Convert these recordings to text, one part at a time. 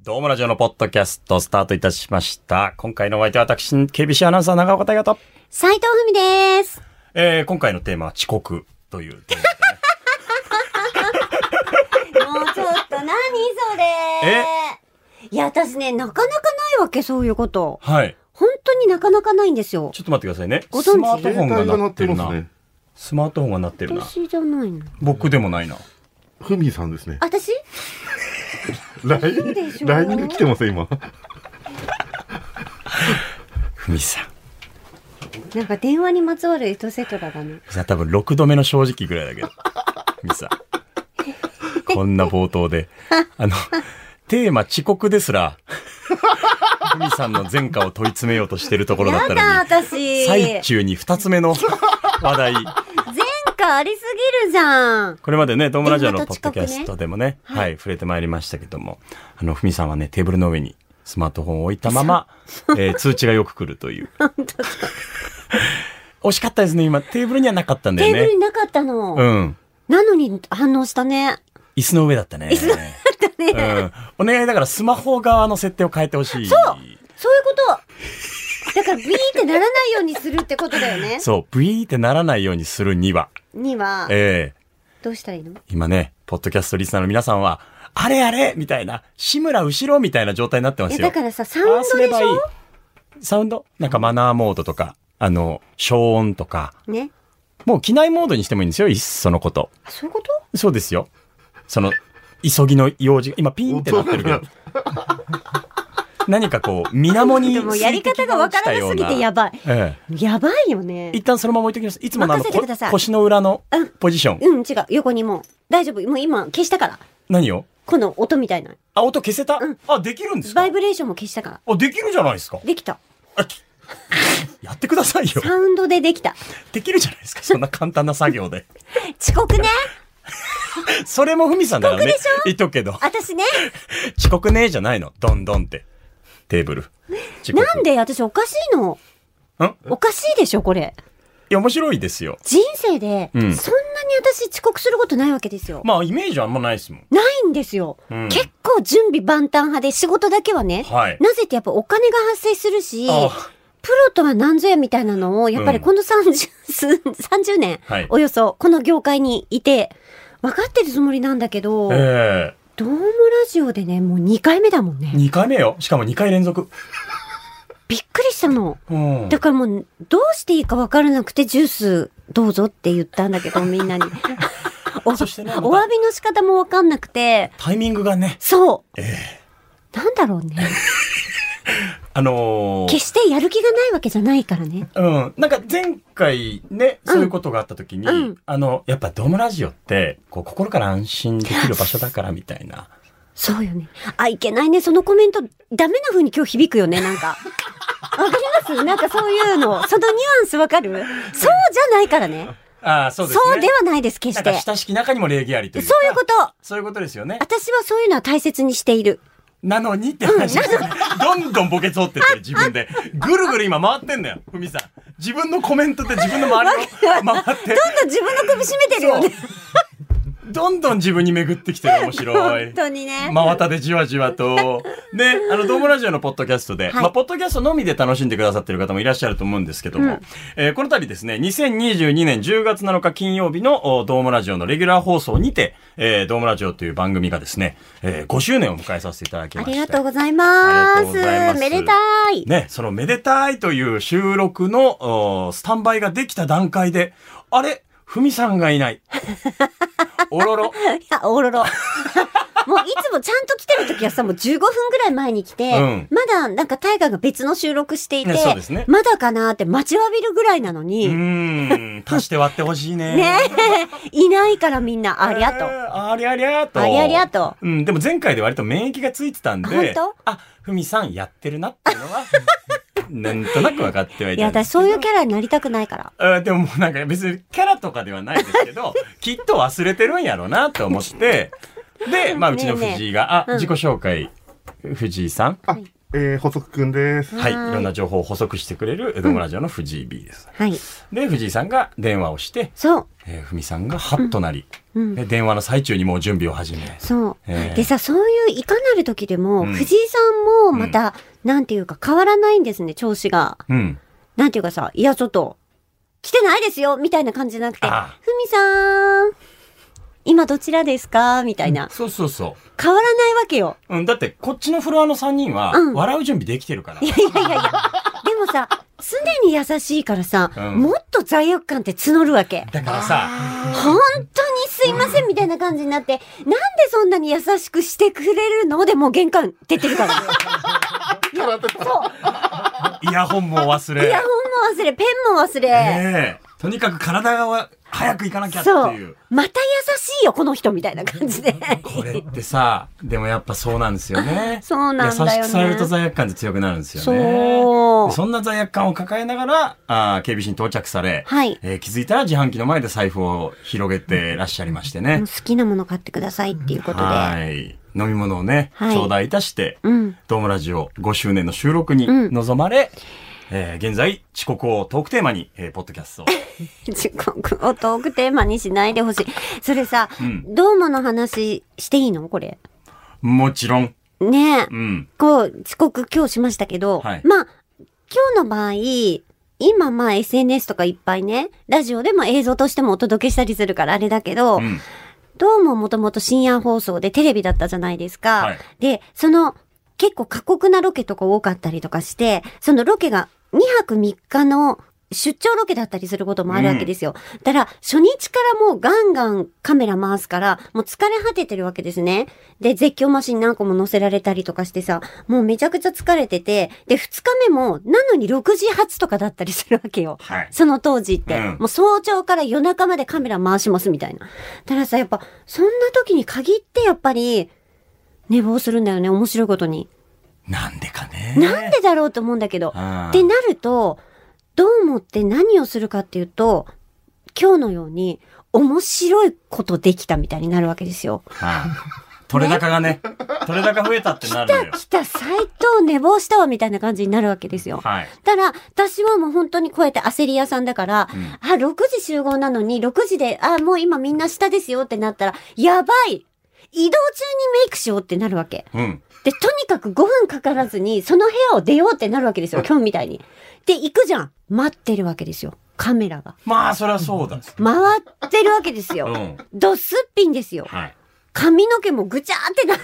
どうもラジオのポッドキャストスタートいたしました。今回のお相手は私、KBC アナウンサー長岡大和と斉藤文です。 今回のテーマは遅刻というテーマで、ね、もうちょっと何それ。いや、私ね、なかなかないわけ、そういうこと。 はい。 本当になかなかないんですよ。 ちょっと待ってくださいね。 ご存知？ スマートフォンが鳴ってるな。 ね、 スマートフォンが鳴ってるな。 私じゃないの。 僕でもないな。 ふみさんですね。 私 ？LINE で来てます今。 ふみさん。 なんか電話にまつわるエトセトラだね。 じゃあ多分6度目の正直ぐらいだけど。ふみさん。こんな冒頭で。テーマ遅刻ですら、ふみさんの前科を問い詰めようとしてるところだったのに。 やだ、私。 最中に2つ目の話題。 前科ありすぎるじゃん。 これまでね、ドームラジオのポッドキャストでもね、はい、触れてまいりましたけども、ふみさんはね、テーブルの上にスマートフォンを置いたまま、通知がよく来るという。惜しかったですね、今。テーブルにはなかったんだよね。 テーブルになかったの。 うん。 なのに反応したね。 椅子の上だったね。 椅子の上だったね。 うん。お願いだからスマホ側の設定を変えてほしい。 そういうこと。だからビーってならないようにするってことだよね。 そう、ビーってならないようにするには。 どうしたらいいの？ 今ね、ポッドキャストリスナーの皆さんは、あれあれみたいな、志村後ろみたいな状態になってますよ。 いやだからさ、サウンドでしょ？ サウンドなんかマナーモードとか、消音とか。 ね。 もう機内モードにしてもいいんですよ、いっそのこと。 そういうこと？ そうですよ。急ぎの用事が、今ピーンってなってるけど。何かこう、水面に。 でもやり方がわからなすぎてやばい。やばいよね。 一旦そのまま置いておきます。いつもの腰の裏のポジション。 違う。横にもう。大丈夫。もう今消したから。 何を？ この音みたいな。 あ、音消せた？できるんですか？ バイブレーションも消したから。 できるじゃないですか。 できた。 やってくださいよ。 サウンドでできた。 できるじゃないですか。そんな簡単な作業で。 遅刻ね。 それもふみさんだからね。言っとくけど。 私ね。 遅刻ねえじゃないの。どんどんって。テーブル。 なんで私おかしいの？おかしいでしょこれ。 いや面白いですよ。 人生でそんなに私遅刻することないわけですよ。 まあイメージはあんまないですもん。 ないんですよ。結構準備万端派で仕事だけはね。なぜってやっぱお金が発生するし、プロとは何ぞやみたいなのをやっぱりこの30年およそこの業界にいて分かってるつもりなんだけど。ドームラジオでね、もう2回目だもんね。 2回目よ。しかも2回連続。 びっくりしたの。だからもう、どうしていいか分からなくて、ジュースどうぞって言ったんだけど、みんなに。お詫びの仕方も分かんなくて。 タイミングがね。 そう。なんだろうね。決してやる気がないわけじゃないからね。 なんか前回ね、そういうことがあった時に、やっぱドームラジオって、こう心から安心できる場所だからみたいな。 そうよね。いけないね。そのコメント、ダメな風に今日響くよね、なんか。わかります？なんかそういうの、そのニュアンスわかる？そうじゃないからね。 そうですね。 そうではないです、決して。 なんか親しき中にも礼儀ありというか。 そういうこと。 そういうことですよね。 私はそういうのは大切にしている。 なのにって話ですよね。どんどんボケ通ってって自分で。ぐるぐる今回ってんだよ、ふみさん。自分のコメントって自分の周りを回って。どんどん自分の首絞めてるよね。 どんどん自分に巡ってきてる。面白い。 本当にね。 真綿でじわじわと。ね、ドームラジオのポッドキャストで、ポッドキャストのみで楽しんでくださってる方もいらっしゃると思うんですけども、この度ですね、2022年10月7日金曜日のドームラジオのレギュラー放送にて、ドームラジオという番組がですね、5周年を迎えさせていただきました。 ありがとうございます。めでたい。 ね、そのめでたいという収録のスタンバイができた段階で、あれふみさんがいない。おろろ。いや、おろろ。もういつもちゃんと来てる時はさ、もう15分ぐらい前に来て、まだなんか大河が別の収録していて、 そうですね、 まだかなって待ちわびるぐらいなのに。 足して割ってほしいね。 ねえ。いないからみんな、ありゃと。 ありゃりゃと。 ありゃりゃと。 でも前回で割と免疫がついてたんで、ふみさんやってるなっていうのは、なんとなく分かってはいたんですけど。いや、 私そういうキャラになりたくないから。でももうなんか別にキャラとかではないですけど、きっと忘れてるんやろうなと思って、で、うちの藤井が、自己紹介、藤井さん。 補足くんです。 はい。いろんな情報を補足してくれる、ドームラジオの藤井 B です。 はい。 で、藤井さんが電話をして、 そう。 ふみさんがハッとなり、で、電話の最中にもう準備を始め。 そう。でさ、そういういかなる時でも、藤井さんもまた、なんていうか変わらないんですね、調子が。なんていうかさ、いや、ちょっと、来てないですよみたいな感じじゃなくて、ふみさん、今どちらですかみたいな。 そうそうそう。 変わらないわけよ。 だって、こっちのフロアの3人は、笑う準備できてるから。 いや。でもさ、常に優しいからさ、もっと罪悪感って募るわけ。 だからさ、 本当にすいませんみたいな感じになって、なんでそんなに優しくしてくれるのでもう玄関出てるから。いや、そう。 イヤホンも忘れ。 イヤホンも忘れ、ペンも忘れ。 とにかく体が早く行かなきゃっていう。 また優しいよ、この人みたいな感じで。 これってさ、でもやっぱそうなんですよね。 そうなんだよね。 優しくされると罪悪感って強くなるんですよね。そんな罪悪感を抱えながら、警備士に到着され、気づいたら自販機の前で財布を広げてらっしゃいましてね。 好きなもの買ってくださいっていうことで。 はい。飲み物をね、頂戴いたして、ドームラジオ5周年の収録に臨まれ、現在、遅刻をトークテーマに、ポッドキャストを。 遅刻をトークテーマにしないでほしい。それさ、ドームの話していいのこれ。 もちろん。 ねえ。こう、遅刻今日しましたけど、まあ、今日の場合、今まあ SNS とかいっぱいね、ラジオでも映像としてもお届けしたりするからあれだけど、どうももともと深夜放送でテレビだったじゃないですか。で、結構過酷なロケとか多かったりとかして、そのロケが2泊3日の出張ロケだったりすることもあるわけですよ。だから初日からもうガンガンカメラ回すから、もう疲れ果ててるわけですね。で、絶叫マシン何個も乗せられたりとかしてさ、もうめちゃくちゃ疲れてて、で、2日目も、なのに6時発とかだったりするわけよ。その当時って。もう早朝から夜中までカメラ回しますみたいな。だからさ、やっぱ、そんな時に限ってやっぱり、寝坊するんだよね、面白いことに。 なんでかね。 なんでだろうと思うんだけど。ってなると、どう思って何をするかっていうと、今日のように面白いことできたみたいになるわけですよ。 取れ高がね、取れ高増えたってなるのよ。 来た、斉藤寝坊したわみたいな感じになるわけですよ。ただ、私はもう本当にこうやって焦り屋さんだから、6時集合なのに、6時で、もう今みんな下ですよってなったら、やばい移動中にメイクしようってなるわけ。で、とにかく5分かからずに、その部屋を出ようってなるわけですよ、今日みたいに。で、行くじゃん。待ってるわけですよ。カメラが。 まあ、そりゃそうだ。 回ってるわけですよ。どすっぴんですよ。髪の毛もぐちゃーってなって、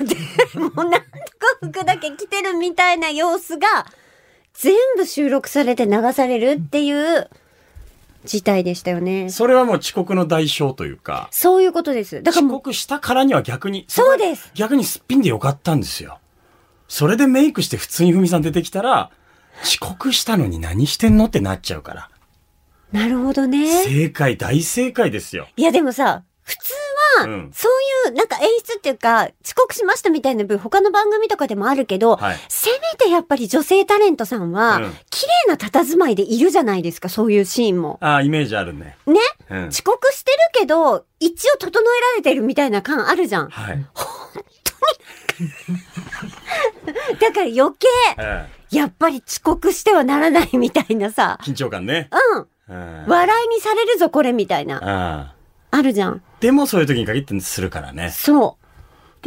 もうなんとか服だけ着てるみたいな様子が、全部収録されて流されるっていう、事態でしたよね。 それはもう遅刻の代償というか。 そういうことです。 だから遅刻したからには逆に。 そうです。 逆にすっぴんでよかったんですよ。それでメイクして普通にふみさん出てきたら、遅刻したのに何してんのってなっちゃうから。 なるほどね。 正解、大正解ですよ。 いやでもさ、普通は、そういうなんか演出っていうか、遅刻しましたみたいな分他の番組とかでもあるけど、せめてやっぱり女性タレントさんは、綺麗な佇まいでいるじゃないですか、そういうシーンも。 イメージあるね。 ね、遅刻してるけど、一応整えられてるみたいな感あるじゃん。本当に。だから余計、やっぱり遅刻してはならないみたいなさ。 緊張感ね。 笑いにされるぞ、これみたいな。あるじゃん。 でもそういう時に限ってするからね。 そう。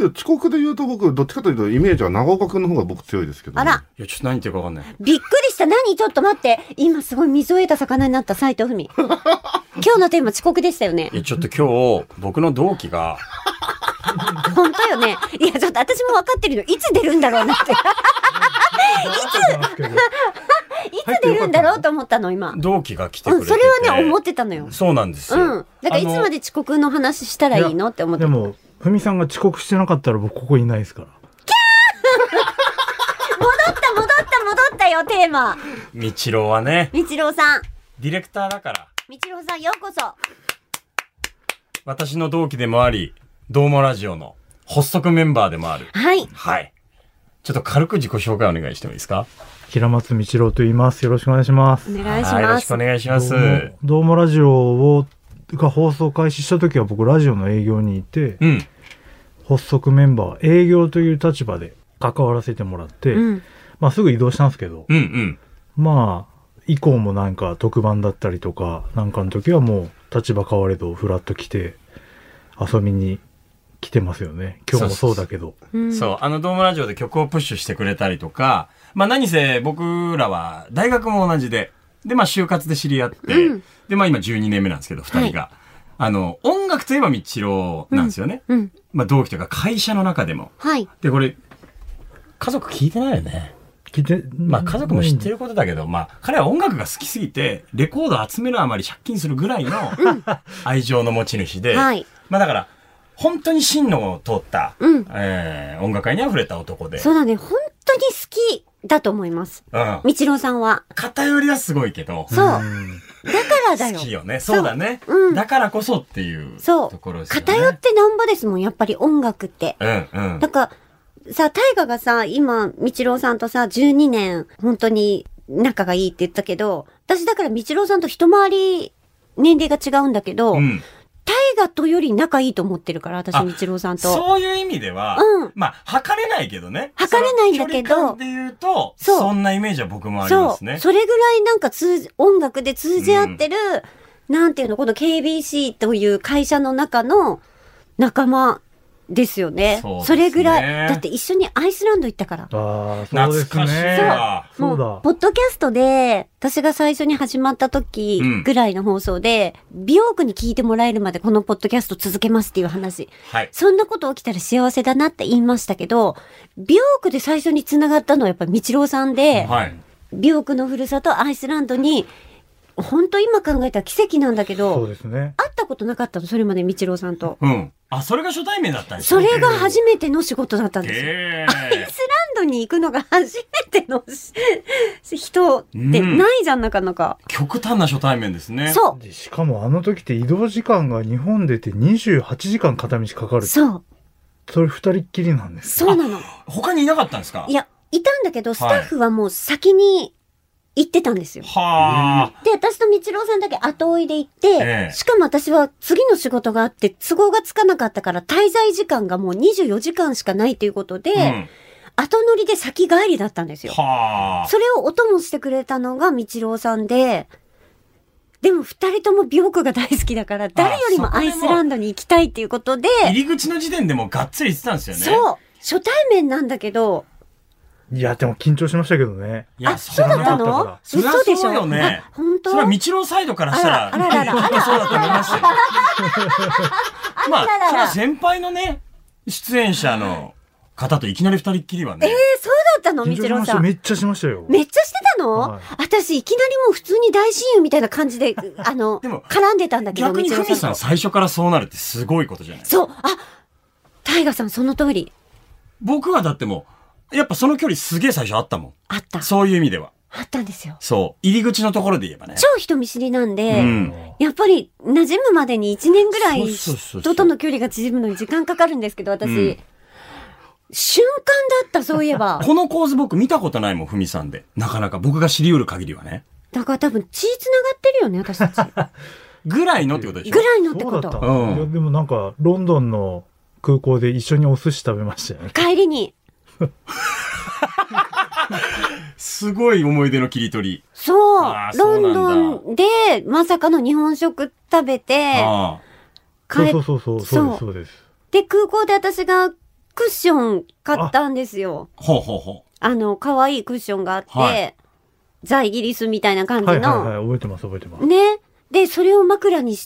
で遅刻で言うと僕、どっちかというとイメージは長岡くんの方が僕強いですけど、ね。 あら。 いや、ちょっと何言ってるか分かんない。 びっくりした。何ちょっと待って。今すごい水を得た魚になった斉藤文。今日のテーマ遅刻でしたよね。 いや、ちょっと今日、僕の同期が。 本当よね。いや、ちょっと私も分かってるの。いつ出るんだろうなって。いつ出るんだろうと思ったの、今。 同期が来てくれてて。 それはね、思ってたのよ。 そうなんですよ。 だからいつまで遅刻の話したらいいのって思ってた。 でも、ふみさんが遅刻してなかったら僕ここいないですから。 戻ったよ、テーマ。 みちろうはね。 みちろうさん。 ディレクターだから。 みちろうさん、ようこそ。 私の同期でもあり、どうもラジオの発足メンバーでもある。 はい。 はい。ちょっと軽く自己紹介お願いしてもいいですか？ 平松みちろうと言います。よろしくお願いします。 お願いします。 よろしくお願いします。 どうもラジオが放送開始した時は僕ラジオの営業にいて、発足メンバー営業という立場で関わらせてもらって、 まあすぐ移動したんですけど、 うんうん。 まあ、以降もなんか特番だったりとか、なんかの時はもう立場変われどフラッと来て、遊びに来てますよね。今日もそうだけど。 そう、ドームラジオで曲をプッシュしてくれたりとか、まあ何せ僕らは大学も同じで、で、まあ就活で知り合って、で、まあ今12年目なんですけど、2人が。はい、音楽といえばみちろなんですよね。まあ同期というか会社の中でも。 はい。 で、これ、家族聞いてないよね。聞いて、まあ家族も知ってることだけど、まあ彼は音楽が好きすぎて、レコード集めるあまり借金するぐらいの愛情の持ち主で、 はい。 まあだから、本当に芯の通った、音楽界に溢れた男で。 そうだね、本当に好きだと思います。みちろうさんは。 偏りはすごいけど。 そう。だからだよ。 好きよね。そうだね。だからこそっていうところですよね。 偏ってなんぼですもん、やっぱり音楽って。だから、さ、大河がさ、今、みちろうさんとさ、12年、本当に仲がいいって言ったけど、私だからみちろうさんと一回り年齢が違うんだけど、大河とより仲いいと思ってるから、私、みちろうさんと。 そういう意味では、まあ、測れないけどね。 測れないんだけど。 距離感で言うと、そんなイメージは僕もありますね。 それぐらいなんか音楽で通じ合ってる、なんていうの、この KBC という会社の中の仲間ですよね。それぐらい。だって一緒にアイスランド行ったから。 ああ、そうですね。 そう。もう、ポッドキャストで、私が最初に始まった時ぐらいの放送で、美容区に聞いてもらえるまでこのポッドキャスト続けますっていう話。 はい。 そんなこと起きたら幸せだなって言いましたけど、美容区で最初に繋がったのはやっぱりみちろうさんで、 はい。 美容区のふるさとアイスランドに、本当今考えたら奇跡なんだけど、 そうですね。 会ったことなかったの、それまでみちろうさんと。 あ、それが初対面だったんですか？それが初めての仕事だったんですよ。アイスランドに行くのが初めての人ってないじゃん、なかなか。 極端な初対面ですね。 そう。 しかもあの時って移動時間が日本でて28時間片道かかる。 そう。 それ二人っきりなんです。 そうなの。 他にいなかったんですか？ いや、いたんだけど、スタッフはもう先に、行ってたんですよ。 はあ。で、私とみちろうさんだけ後追いで行って、しかも私は次の仕事があって都合がつかなかったから滞在時間がもう24時間しかないということで、後乗りで先帰りだったんですよ。 はあ。 それをお供してくれたのがみちろうさんで、でも二人とも美容区が大好きだから、誰よりもアイスランドに行きたいっていうことで。 入り口の時点でもがっつり言ってたんですよね。 そう。初対面なんだけど、 いや、でも緊張しましたけどね。 いや、 そうだったの？ 嘘でしょ。そうよね。 本当？ それはみちろうサイドからしたら、 あらそうだと思いますよ。まあ、それは先輩のね、出演者の方といきなり二人っきりはね。 そうだったの？みちろうさん。 めっちゃしましたよ。 めっちゃしてたの？私、いきなりもう普通に大親友みたいな感じで、絡んでたんだけど、 逆にふみさん最初からそうなるってすごいことじゃないですか。そう。タイガさんその通り。 僕はだってもう、やっぱその距離すげえ最初あったもん。 あった。 そういう意味では。 あったんですよ。 そう。入り口のところで言えばね。 超人見知りなんで、やっぱり馴染むまでに1年ぐらい人との距離が縮むのに時間かかるんですけど、私、瞬間だった、そういえば。 この構図僕見たことないもん、ふみさんで。なかなか僕が知り得る限りはね。 だから多分血繋がってるよね、私たち。 ぐらいのってことでしょ？ ぐらいのってこと。 いやでもなんか、ロンドンの空港で一緒にお寿司食べましたよね。 帰りに。 すごい思い出の切り取り。 そう。ロンドンでまさかの日本食食べて、 そうです。 で、空港で私がクッション買ったんですよ。 ほう。 可愛いクッションがあって、ザ・イギリスみたいな感じの。 はい、覚えてます。 ね。で、それを枕にして、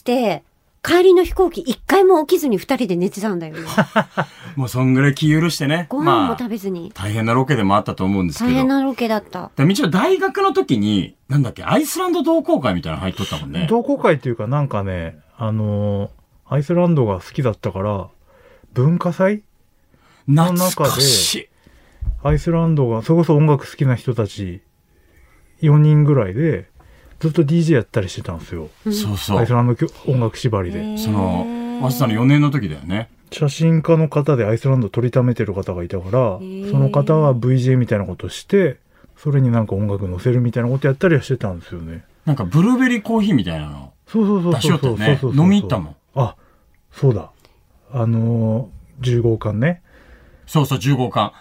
帰りの飛行機一回も起きずに二人で寝てたんだよね。 もうそんぐらい気許してね。 ご飯も食べずに。 大変なロケでもあったと思うんですけど。 大変なロケだった。 みちろ大学の時に、なんだっけ、アイスランド同好会みたいなの入っとったもんね。 同好会っていうかなんかね、アイスランドが好きだったから、文化祭の中で、アイスランドが、それこそ音楽好きな人たち4人ぐらいで、ずっと DJ やったりしてたんですよ。 そうそう。 アイスランド音楽縛りで。 早稲田の4年の時だよね。 写真家の方でアイスランド撮りためてる方がいたから、その方は VJ みたいなことして、それになんか音楽載せるみたいなことやったりはしてたんですよね。 なんかブルーベリーコーヒーみたいなの。出しよったよね。飲み行ったもん。 あ、そうだ。10号館ね。 そうそう、10号館。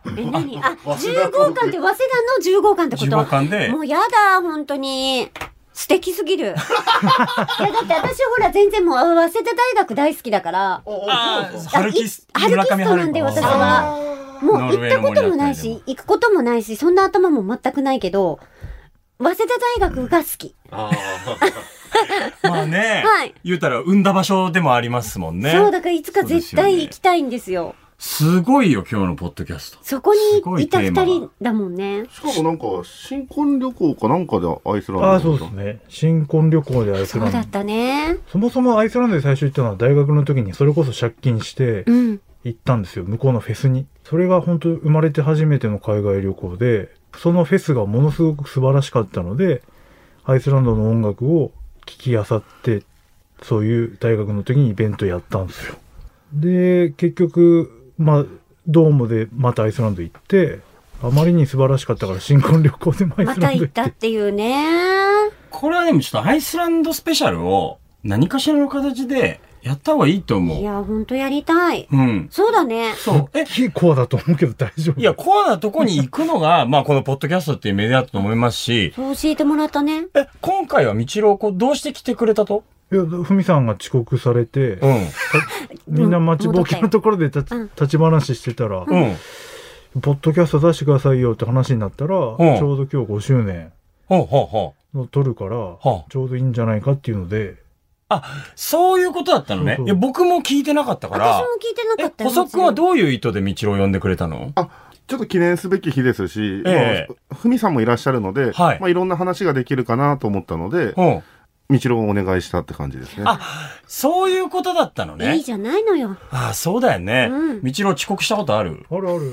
何10号館って早稲田の10号館ってこと？ 10号館で。 もうやだ、本当に。素敵すぎる。いや、だって私ほら全然もう早稲田大学大好きだから。 ハルキストなんで私は。もう行ったこともないし、行くこともないし、そんな頭も全くないけど、早稲田大学が好き。 まあね、はい、言うたら産んだ場所でもありますもんね。 そう、だからいつか絶対行きたいんですよ。 すごいよ、今日のポッドキャスト。 そこにいた二人だもんね。 しかもなんか、新婚旅行かなんかでアイスランド。 そうですね。新婚旅行でアイスランド。 そうだったね。 そもそもアイスランドで最初行ったのは大学の時にそれこそ借金して行ったんですよ。向こうのフェスに。それが本当生まれて初めての海外旅行で、そのフェスがものすごく素晴らしかったので、アイスランドの音楽を聴き漁って、そういう大学の時にイベントやったんですよ。で、結局、ドームでまたアイスランド行って、あまりに素晴らしかったから新婚旅行でもアイスランド行って。 また行ったっていうね。 これはでもちょっとアイスランドスペシャルを何かしらの形でやった方がいいと思う。 いや、ほんとやりたい。 うん。 そうだね。 そう。 コアだと思うけど大丈夫？ いや、コアなとこに行くのが、このポッドキャストっていうメディアだと思いますし。 そう教えてもらったね。 今回は道郎どうして来てくれたと？ いや、ふみさんが遅刻されて、みんな待ちぼうけのところで立ち話してたら、ポッドキャスト出してくださいよって話になったら、ちょうど今日5周年の撮るから、ちょうどいいんじゃないかっていうので。 そういうことだったのね。いや、僕も聞いてなかったから。 私も聞いてなかったよ。 補足はどういう意図で道郎を呼んでくれたの？ ちょっと記念すべき日ですし、ふみさんもいらっしゃるので、いろんな話ができるかなと思ったので、道郎をお願いしたって感じですね。 そういうことだったのね。 いいじゃないのよ。 そうだよね。道郎遅刻したことある？ ある。引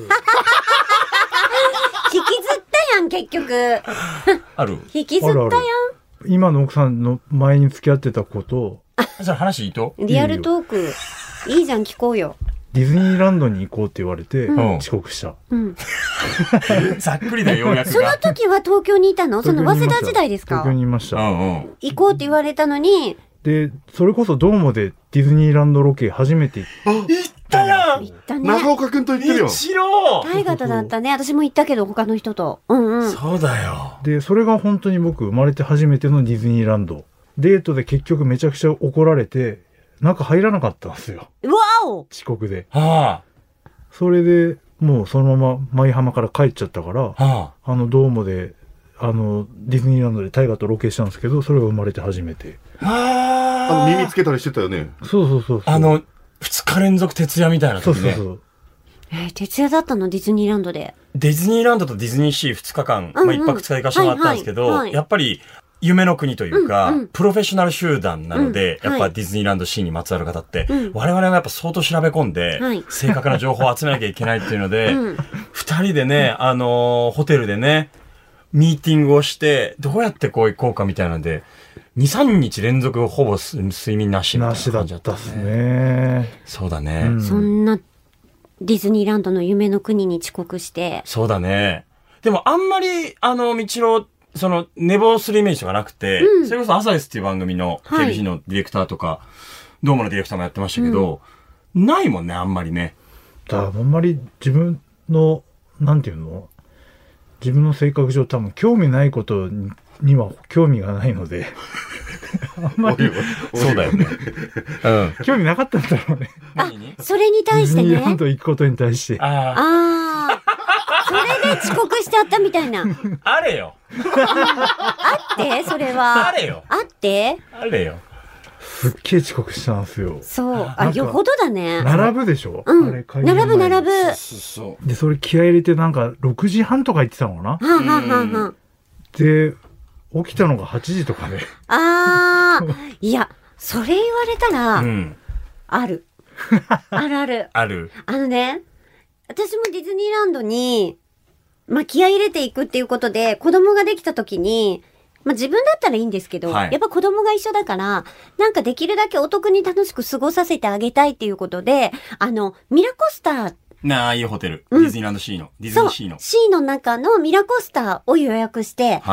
きずったやん、結局。 ある？ 引きずったやん。 今の奥さんの前に付き合ってたことを。 それ話いいと？ リアルトーク。いいじゃん、聞こうよ。 ディズニーランドに行こうって言われて、遅刻した。 ざっくりだよ、ようやく。 その時は東京にいたの？その早稲田時代ですか？ 東京にいました。 行こうって言われたのに。 で、それこそドームでディズニーランドロケ初めて行ったやん。 行ったね。 長岡くんと行ってるよ。 大方だったね。私も行ったけど、他の人と。 そうだよ。 で、それが本当に僕生まれて初めてのディズニーランド。デートで結局めちゃくちゃ怒られて、中入らなかったんですよ。 わお！ 遅刻で。 それで、もうそのまま舞浜から帰っちゃったから、ドームで、ディズニーランドで大河とロケしたんですけど、それが生まれて初めて。 耳つけたりしてたよね。 そう。 2日連続徹夜みたいな時ね。そう。 徹夜だったの？ディズニーランドで。 ディズニーランドとディズニーシー2日間、1泊2日で行かせてもらったんですけど、やっぱり、夢の国というか、プロフェッショナル集団なので、やっぱディズニーランドシーにまつわる方って、我々はやっぱ相当調べ込んで、正確な情報を集めなきゃいけないっていうので、二人でね、ホテルでね、ミーティングをして、どうやってこう行こうかみたいなんで、2、3日連続ほぼ睡眠なしみたいな感じだったね。そうだね。 そんなディズニーランドの夢の国に遅刻して。 そうだね。でもあんまり、道郎、寝坊するイメージとかなくて、それこそ朝ですっていう番組の KBC のディレクターとか、ドームのディレクターもやってましたけど、ないもんね、あんまりね。 あんまり自分の、なんていうの？自分の性格上多分興味ないことには興味がないので、あんまり。 そうだよね。 興味なかったんだろうね。 それに対してね。 ディズニーランド行くことに対して。 それで遅刻しちゃったみたいな。 あれよ。 あってそれは。 あれよ。 あってあれよ。 すっげえ遅刻したんですよ。 そう。よほどだね。 並ぶでしょ？ 並ぶ。 で、それ気合い入れてなんか6時半とか行ってたのかな？で、起きたのが8時とかで。 いや、それ言われたら、ある。ある。私もディズニーランドに、気合い入れていくっていうことで、子供ができた時に、自分だったらいいんですけど、やっぱ子供が一緒だから、なんかできるだけお得に楽しく過ごさせてあげたいっていうことで、ミラコスター。 いいホテル。ディズニーランドシーの。ディズニーシーの。 シーの中のミラコスターを予約して、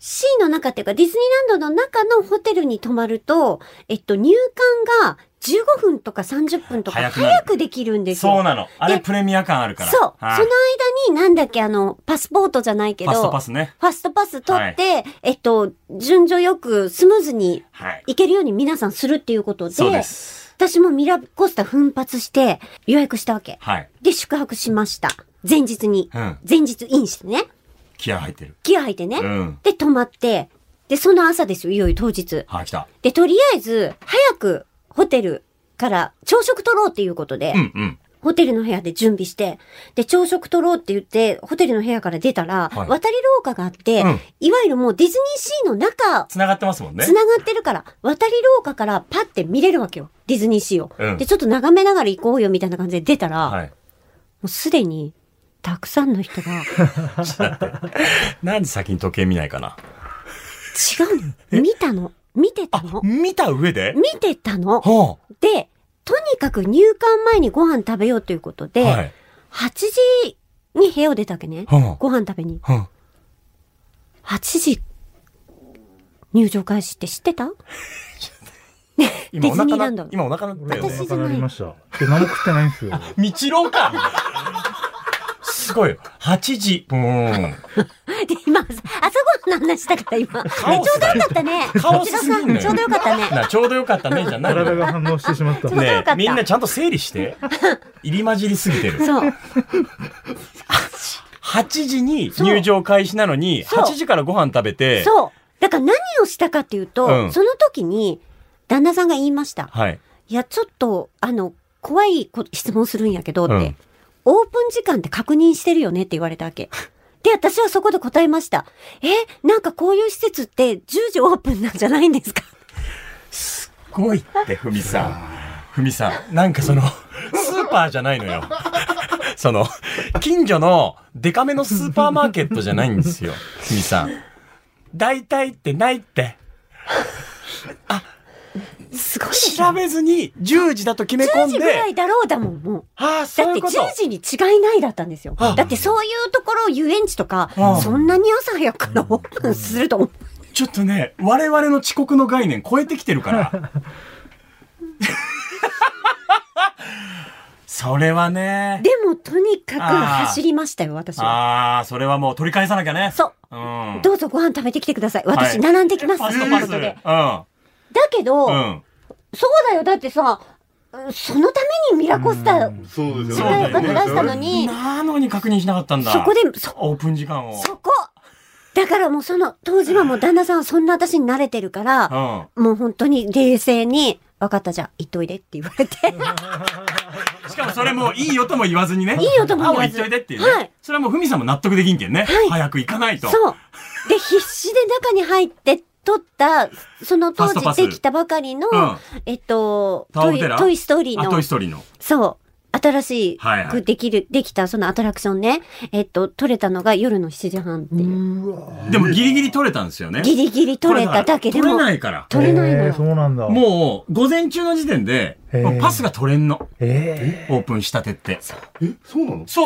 シーの中っていうか、ディズニーランドの中のホテルに泊まると、入館が15分とか30分とか早くできるんですよ。 そうなの。あれプレミア感あるから。 そう。その間になんだっけ、パスポートじゃないけど。 ファストパスね。 ファストパス取って、順序よくスムーズに行けるように皆さんするっていうことで、そうです。私もミラコスタ奮発して予約したわけ。はい。で、宿泊しました。前日に。前日インしてね。 気合入ってる。 気合入ってね。で、泊まって、で、その朝ですよ、いよいよ当日。 はい、来た。 で、とりあえず、早くホテルから朝食取ろうっていうことで、ホテルの部屋で準備して、で、朝食取ろうって言って、ホテルの部屋から出たら、渡り廊下があって、いわゆるもうディズニーシーの中、 繋がってますもんね。 繋がってるから、渡り廊下からパッて見れるわけよ。ディズニーシーを。で、ちょっと眺めながら行こうよみたいな感じで出たら、もうすでに、たくさんの人が。 なんで先に時計見ないかな。 違うの。見たの。見てたの。 見た上で見てたの。で、とにかく入館前にご飯食べようということで、8時に部屋を出たわけね。ご飯食べに。8時入場開始って知ってた？ディズニーランド。 今お腹鳴ったよね。 私じゃない。 何も食ってないんですよ。 道郎かすごい。8時。で、 今、朝ごはんの話したから今。ちょうどよかったね。 カオスすぎんのよ。 ちょうどよかったね。 ちょうどよかったねじゃない。 体が反応してしまった。 ねみんなちゃんと整理して。入り混じりすぎてる。 そう。 8時に入場開始なのに、8時からご飯食べて。 そう。だから何をしたかっていうと、その時に、旦那さんが言いました。はい。いや、ちょっと、怖い質問するんやけどって。オープン時間って確認してるよねって言われたわけ。で、私はそこで答えました。なんかこういう施設って10時オープンなんじゃないんですか？ すっごいって、ふみさん。なんかスーパーじゃないのよ。近所のデカめのスーパーマーケットじゃないんですよ。ふみさん。大体ってないって。 すごい。 調べずに10時だと決め込んで。10 時ぐらいだろうだもん、もう。 そういうこと。 だって10時に違いないだったんですよ。だってそういうところ、遊園地とか、そんなに朝早くからオープンすると思う。 ちょっとね、我々の遅刻の概念超えてきてるから。それはね。 でも、とにかく走りましたよ、私は。 それはもう取り返さなきゃね。 そう。どうぞご飯食べてきてください。私、並んできます。 ファストパスで。 だけど、そうだよ。だってさ、そのためにミラコスタ、 そうですよね。出したのに。 なのに確認しなかったんだ。 そこで、 オープン時間を。 そこだからもう当時はもう旦那さんはそんな私に慣れてるから、もう本当に冷静に、分かったじゃあ、言っといでって言われて。 しかもそれもいいよとも言わずにね。 いいよとも言わず。 言っといでっていうね。はい。それはもうふみさんも納得できんけんね。はい。早く行かないと。 そう。で、必死で中に入って、撮った、その当時できたばかりの、トイストーリーの。 トイストーリーの。 そう。新しくできたそのアトラクションね。撮れたのが夜の7時半っていう。 でもギリギリ撮れたんですよね。 ギリギリ撮れただけでも。 撮れないから。 撮れないのよ。 そうなんだ。 もう、午前中の時点で、パスが取れんの。オープンしたてって。 そうなの？ そう。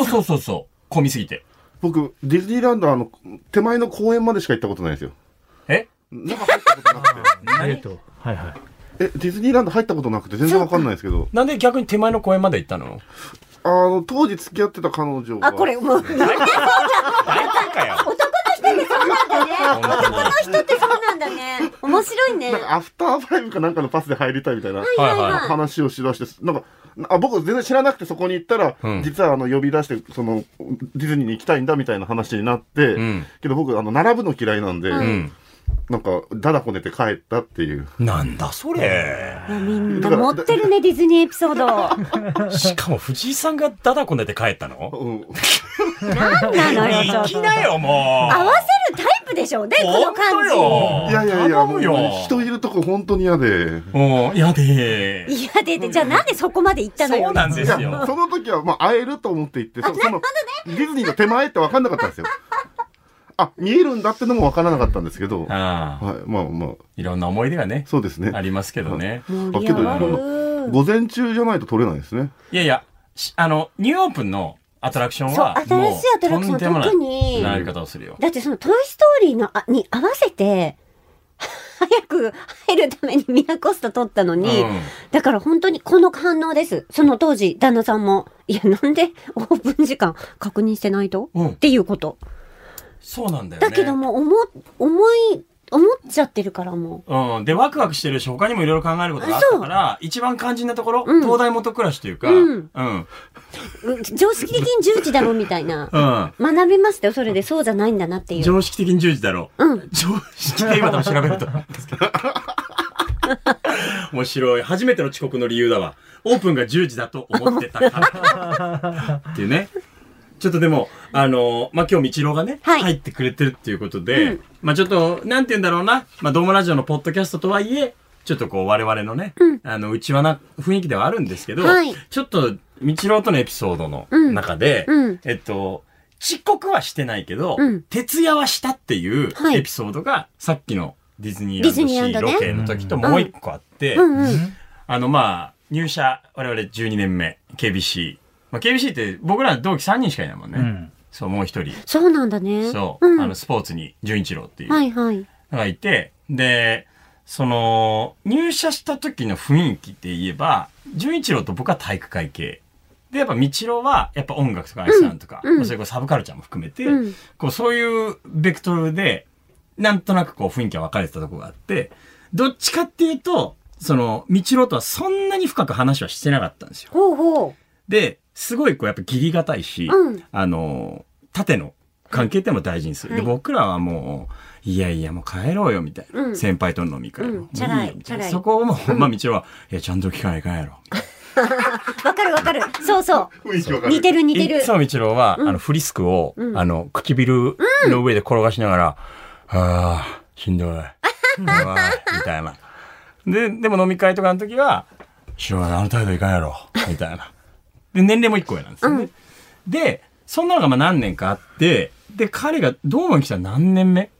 混みすぎて。 僕、ディズニーランド手前の公園までしか行ったことないんですよ。中入ったことなくて。 はいはい。 ディズニーランド入ったことなくて全然わかんないですけど。 なんで逆に手前の公園まで行ったの？ 当時付き合ってた彼女が。 これもう。 大体かよ。 男の人ってそうなんだね。男の人ってそうなんだね。面白いね。 なんかアフターファイブかなんかのパスで入りたいみたいな話をしだして、なんか、僕全然知らなくてそこに行ったら、実は呼び出して、ディズニーに行きたいんだみたいな話になって、けど僕、並ぶの嫌いなんで、なんか、だだこねて帰ったっていう。 なんだそれ。 みんな持ってるね、ディズニーエピソード。しかも藤井さんがだだこねて帰ったの？ なんなのよ、ちょっと。 行きなよ、もう。 合わせるタイプでしょね、この感じ。 いや、もう人いるとこ本当に嫌で。 嫌で。 嫌で、じゃあなんでそこまで行ったのよ。 そうなんですよ。 その時は、会えると思って行って、ディズニーの手前って分かんなかったんですよ。見えるんだってのも分からなかったんですけど。はい、まあ。 いろんな思い出がね。 そうですね。 ありますけどね。 けど、午前中じゃないと撮れないですね。 いや、ニューオープンのアトラクションはそう、新しいアトラクションは特に並び方をするよ。 だってそのトイストーリーに合わせて早く入るためにミラコスタ取ったのに、だから本当にこの反応です。その当時旦那さんもいやなんでオープン時間確認してないと、っていうこと。 そうなんだよね。 だけども思っちゃってるからもう。で、ワクワクしてるし、他にもいろいろ考えることがあったから、一番肝心なところ、東大元暮らしというか、 常識的に10時だろみたいな。学びましたよ、それで。そうじゃないんだなっていう。 常識的に10時だろ。常識で今多分調べると思うんですけど。面白い。初めての遅刻の理由だわ。オープンが10時だと思ってたから。っていうね。ちょっとでも、今日、みちろうがね、入ってくれてるっていうことで、ちょっと、なんて言うんだろうな、ドームラジオのポッドキャストとはいえ、ちょっとこう、我々のね、内輪な雰囲気ではあるんですけど、ちょっと、みちろうとのエピソードの中で、遅刻はしてないけど、徹夜はしたっていうエピソードが、さっきのディズニーランドシーロケの時ともう一個あって、入社、我々12年目、KBC。KBC って僕ら同期3人しかいないもんね。そう、もう一人。 そうなんだね。 そう。スポーツに純一郎っていうのがいて、で、入社した時の雰囲気って言えば、純一郎と僕は体育会系。で、やっぱみちろは、やっぱ音楽とかアイスランとか、それこそサブカルチャーも含めて、こう、そういうベクトルで、なんとなくこう雰囲気が分かれてたところがあって、どっちかっていうと、みちろとはそんなに深く話はしてなかったんですよ。 ほうほう。で、すごいこうやっぱ義理がたいし、縦の関係っても大事にする。で、僕らはもう、いやいやもう帰ろうよみたいな。先輩との飲み会も。 チャラいみたいな。 そこをもう、みちろは、いや、ちゃんと聞かないかんやろ。 わかるわかる。そうそう。似てる似てる。 いつもみちろは、フリスクを、唇の上で転がしながら、しんどい。みたいな。でも飲み会とかの時は、しろあの態度いかんやろ。みたいな。で、年齢も1個上なんですよね。で、そんなのが何年かあって、で、彼がドームに来た何年目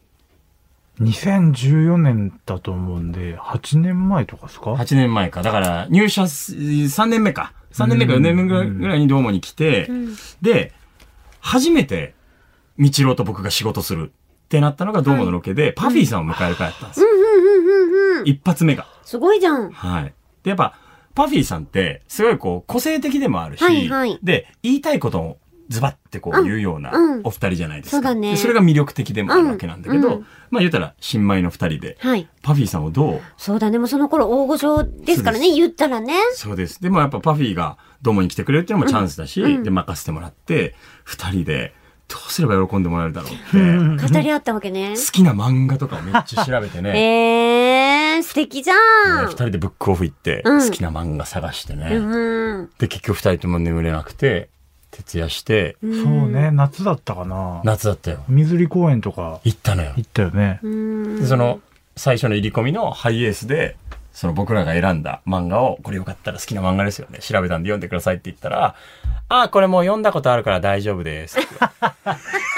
?2014 年だと思うんで、8年前とかですか ?8 年前か。だから、入社3年目か。3年目か4年目ぐらいにドームに来て、で、初めて、みちろうと僕が仕事するってなったのがドームのロケで、パフィーさんを迎える会だったんですよ。一発目が。 すごいじゃん。 はい。で、やっぱ、パフィーさんって、すごいこう、個性的でもあるし、で、言いたいことをズバってこう言うようなお二人じゃないですか。 そうだね。 それが魅力的でもあるわけなんだけど、言ったら、新米の二人で、パフィーさんをどう？ そうだね、もうその頃大御所ですからね、言ったらね。 そうです。でもやっぱパフィーがドームに来てくれるっていうのもチャンスだし、で、任せてもらって、二人で、どうすれば喜んでもらえるだろうって。 語り合ったわけね。 好きな漫画とかをめっちゃ調べてね。 素敵じゃん。 二人でブックオフ行って、好きな漫画探してね。で、結局二人とも眠れなくて、徹夜して。 そうね、夏だったかな。 夏だったよ。 海釣り公園とか。 行ったのよ。 行ったよね。 で、最初の入り込みのハイエースで、僕らが選んだ漫画を、これよかったら好きな漫画ですよね。調べたんで読んでくださいって言ったら、これもう読んだことあるから大丈夫です。さすが。もう安定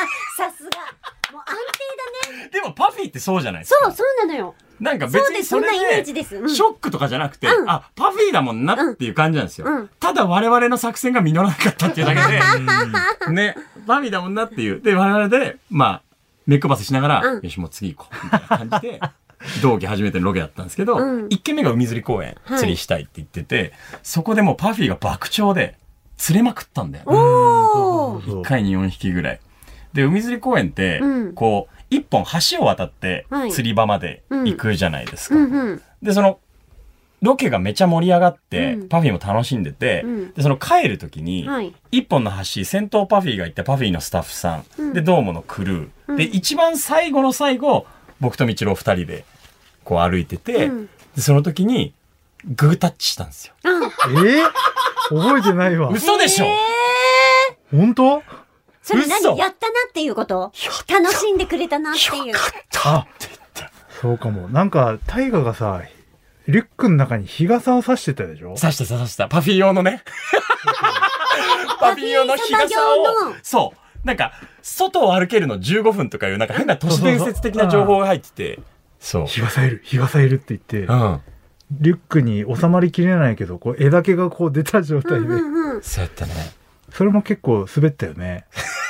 だね。 でもパフィーってそうじゃないですか。 そうなのよ。 なんか別にそれで、ショックとかじゃなくて、パフィーだもんなっていう感じなんですよ。ただ我々の作戦が実らなかったっていうだけで、ね、パフィーだもんなっていう。で、我々で、目配せしながら、よし、もう次行こう。みたいな感じで、同期初めてのロケだったんですけど、1軒目が海釣り公園、釣りしたいって言ってて、そこでもうパフィーが爆釣で釣れまくったんだよ。1回に4匹ぐらい。で、海釣り公園って、こう、一本橋を渡って釣り場まで行くじゃないですか。で、ロケがめちゃ盛り上がって、パフィーも楽しんでて、で、帰るときに、一本の橋、先頭パフィーが行ってパフィーのスタッフさん、で、ドームのクルー、で、一番最後の最後、僕とみちろ二人で、こう歩いてて、で、その時に、グータッチしたんですよ。 覚えてないわ。 嘘でしょ本当？ それ何やったなっていうこと？楽しんでくれたなっていう。 よかったって言った。 そうかも。なんか、タイガがさ、リュックの中に日傘を差してたでしょ？ 差した。パフィー用のね。パフィー用の日傘を、そう。なんか、外を歩けるの15分とかいう、なんか変な都市伝説的な情報が入ってて、そう。 日傘いるって言って、リュックに収まりきれないけど、こう枝毛がこう出た状態で。 そうやったね。 それも結構滑ったよね。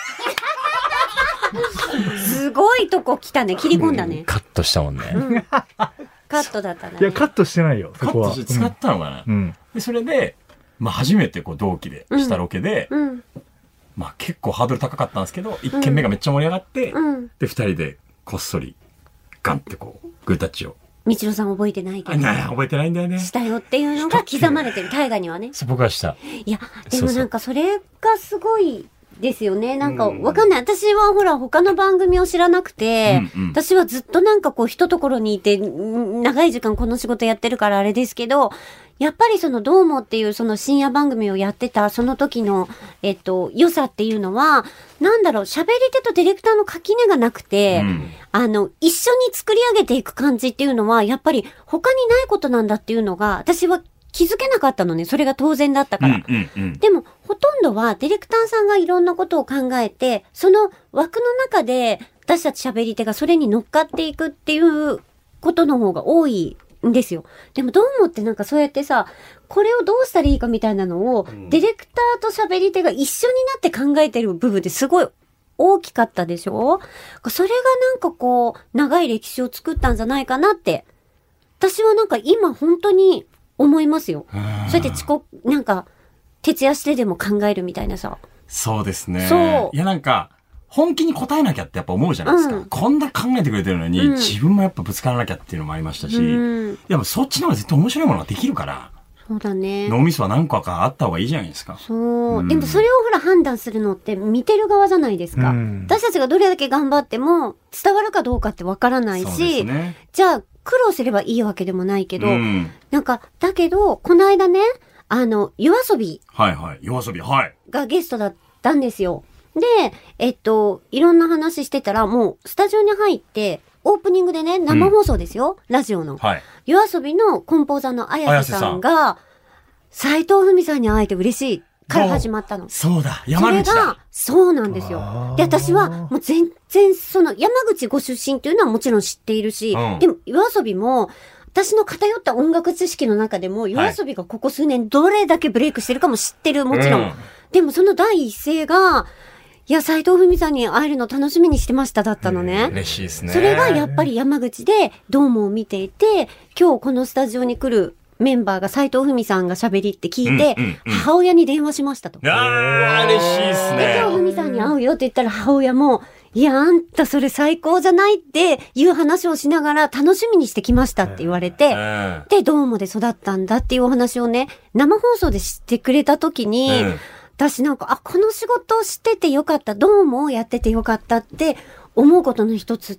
すごいとこ来たね。切り込んだね。 カットしたもんね。 カットだったね。 いや、カットしてないよ、そこは。 カットして使ったのかな。で、それで、初めて同期でしたロケで、結構ハードル高かったんですけど、1軒目がめっちゃ盛り上がって、で、2人でこっそり、ガンってグータッチを。 みちろさん覚えてないけど。 覚えてないんだよね。 したよっていうのが刻まれてる、大河にはね。 僕はした。 いや、でもなんかそれがすごいですよね。なんかわかんない。私はほら他の番組を知らなくて、私はずっとなんか一ところにいて、長い時間この仕事やってるからあれですけど、やっぱりどうもっていうその深夜番組をやってたその時の、良さっていうのは、なんだろう、喋り手とディレクターの垣根がなくて、一緒に作り上げていく感じっていうのは、やっぱり他にないことなんだっていうのが、私は気づけなかったのね。それが当然だったから。でも、ほとんどはディレクターさんがいろんなことを考えて、その枠の中で私たち喋り手がそれに乗っかっていくっていうことの方が多いんですよ。でもどうもってなんかそうやってさ、これをどうしたらいいかみたいなのを、ディレクターと喋り手が一緒になって考えてる部分ってすごい大きかったでしょ？それがなんか長い歴史を作ったんじゃないかなって、私はなんか今本当に思いますよ。そうやってなんか、徹夜してでも考えるみたいなさ。そうですね。そう。いやなんか、本気に答えなきゃってやっぱ思うじゃないですか。こんな考えてくれてるのに、自分もやっぱぶつからなきゃっていうのもありましたし、やっぱそっちの方が絶対面白いものができるから。そうだね。脳みそは何個かあった方がいいじゃないですか。そう。でもそれをほら判断するのって見てる側じゃないですか。私たちがどれだけ頑張っても伝わるかどうかってわからないし、じゃあ苦労すればいいわけでもないけど、なんか、だけど、この間ね、夜遊び。夜遊び、がゲストだったんですよ。で、いろんな話してたら、もう、スタジオに入って、オープニングでね、生放送ですよ、ラジオの。夜遊びのコンポーザーの綾瀬さんが、斉藤文さんに会えて嬉しいから始まったの。そうだ、山口だ。それが、そうなんですよ。で、私は、もう全然、山口ご出身っていうのはもちろん知っているし、でも、夜遊びも、私の偏った音楽知識の中でも、夜遊びがここ数年どれだけブレイクしてるかも知ってる、もちろん。でもその第一声が、いや、斉藤文さんに会えるの楽しみにしてましただったのね。嬉しいですね。それがやっぱり山口でドームを見ていて、今日このスタジオに来るメンバーが斉藤文さんが喋りって聞いて、母親に電話しましたと。ああ、嬉しいですね。斉藤文さんに会うよって言ったら母親も、いや、あんたそれ最高じゃないっていう話をしながら楽しみにしてきましたって言われて、で、ドームで育ったんだっていうお話をね、生放送で知ってくれた時に、私なんか、この仕事をしててよかった、ドームをやっててよかったって思うことの一つって、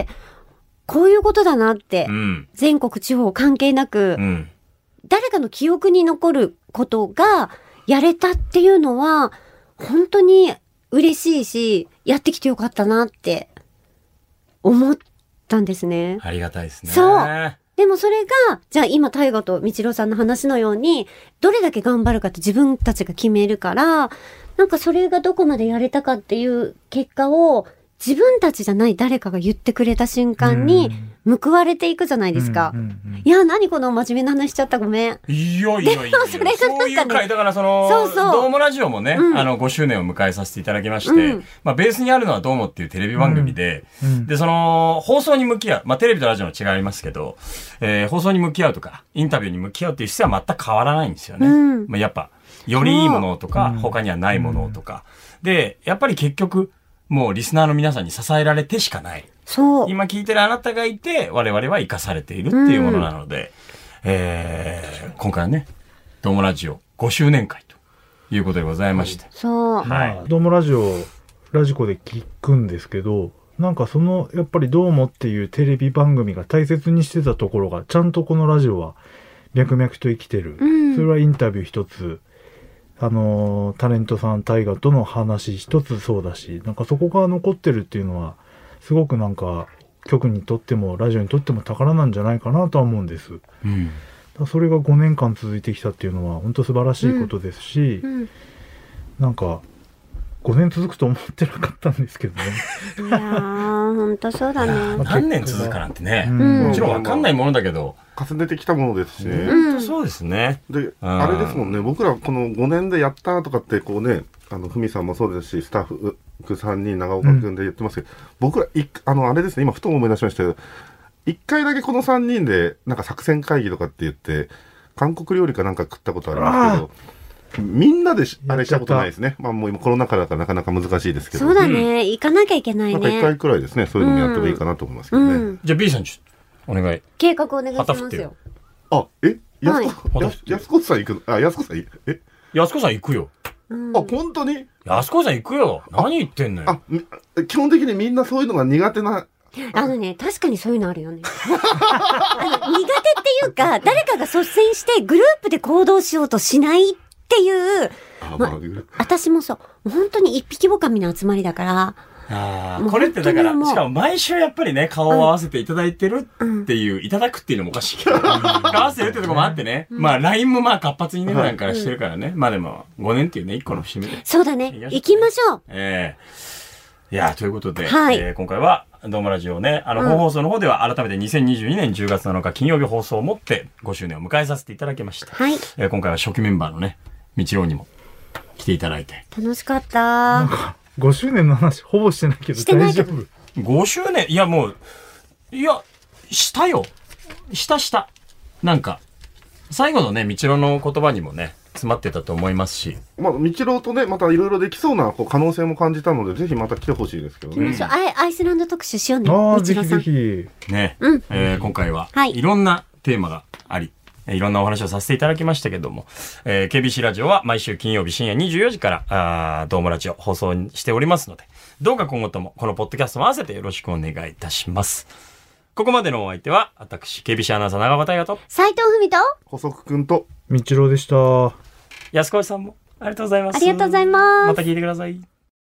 こういうことだなって、全国地方関係なく、誰かの記憶に残ることがやれたっていうのは、本当に嬉しいし、やってきてよかったなって思ったんですね。ありがたいですね。そう。でもそれが、じゃあ今大河とみちろさんの話のように、どれだけ頑張るかって自分たちが決めるから、なんかそれがどこまでやれたかっていう結果を、自分たちじゃない誰かが言ってくれた瞬間に報われていくじゃないですか。いや、何この真面目な話しちゃった、ごめん。いやいやいや。でもそれがなんかね。そういう回、だからそうそう。ドームラジオもね、5周年を迎えさせていただきまして、まあベースにあるのはドームっていうテレビ番組で、で、放送に向き合う、まあテレビとラジオの違いありますけど、放送に向き合うとか、インタビューに向き合うっていう姿勢は全く変わらないんですよね。まあやっぱ、よりいいものとか、他にはないものとか。で、やっぱり結局、もうリスナーの皆さんに支えられてしかない。そう。今聞いてるあなたがいて、我々は生かされているっていうものなので、今回はね、ドームラジオ5周年会ということでございまして。そう。はい。 ドームラジオ、ラジコで聞くんですけど、なんかやっぱりドームっていうテレビ番組が大切にしてたところが、ちゃんとこのラジオは脈々と生きてる。それはインタビュー一つ。タレントさん、大河との話一つそうだし、なんかそこが残ってるっていうのは、すごくなんか、局にとっても、ラジオにとっても宝なんじゃないかなとは思うんです。それが5年間続いてきたっていうのは、本当素晴らしいことですし、なんか、5年続くと思ってなかったんですけどね。 いやー、本当そうだね。 何年続くかなんてね、もちろんわかんないものだけど、 重ねてきたものですしね。 そうですね。 で、あれですもんね、僕らこの5年でやったとかってこうね、 ふみさんもそうですし、スタッフ3人、長岡くんで言ってますけど、僕ら、あれですね、今ふと思い出しましたけど、一回だけこの3人で、なんか作戦会議とかって言って、韓国料理かなんか食ったことありますけど、みんなであれしたことないですね。まあもう今コロナ禍だからなかなか難しいですけど。 そうだね。行かなきゃいけないね。 なんか一回くらいですね、そういうのもやってもいいかなと思いますけどね。 じゃあ B さんお願い。 計画お願いしますよ。 安子さん行くの？安子さん安子さん行くよ。 本当に？ 安子さん行くよ。何言ってんのよ。 基本的にみんなそういうのが苦手な。 確かにそういうのあるよね。苦手っていうか、誰かが率先してグループで行動しようとしないっていう、私もそう、本当に一匹狼の集まりだから、 これってだから、しかも毎週やっぱりね、顔を合わせていただいてるっていう、いただくっていうのもおかしいけど、顔合わせてるってとこもあってね、まあ LINE もまあ活発にね、普段からしてるからね、まあでも5年っていうね、一個の節目で。 そうだね、行きましょう。 いや、ということで、今回は、ドームラジオね、本放送の方では改めて2022年10月7日金曜日放送をもって5周年を迎えさせていただきました。今回は初期メンバーのね、みちろうにも来ていただいて。 楽しかった。 5周年の話ほぼしてないけど大丈夫？5 周年いやもう、したよ。した。なんか、最後のね、みちろうの言葉にもね、詰まってたと思いますし。 まあ、みちろうとね、またいろいろできそうな可能性も感じたので、ぜひまた来てほしいですけどね。 アイスランド特集しようね。 ぜひぜひ。 ね。今回は、いろんなテーマがあり、いろんなお話をさせていただきましたけども、KBC ラジオは毎週金曜日深夜24時から、ドームラジオ放送しておりますので、どうか今後ともこのポッドキャストも合わせてよろしくお願いいたします。ここまでのお相手は、私、KBC アナウンサー長畑大和と、 斉藤文と、 補足くんと、 みちろうでした。 安越さんもありがとうございます。 ありがとうございます。 また聞いてください。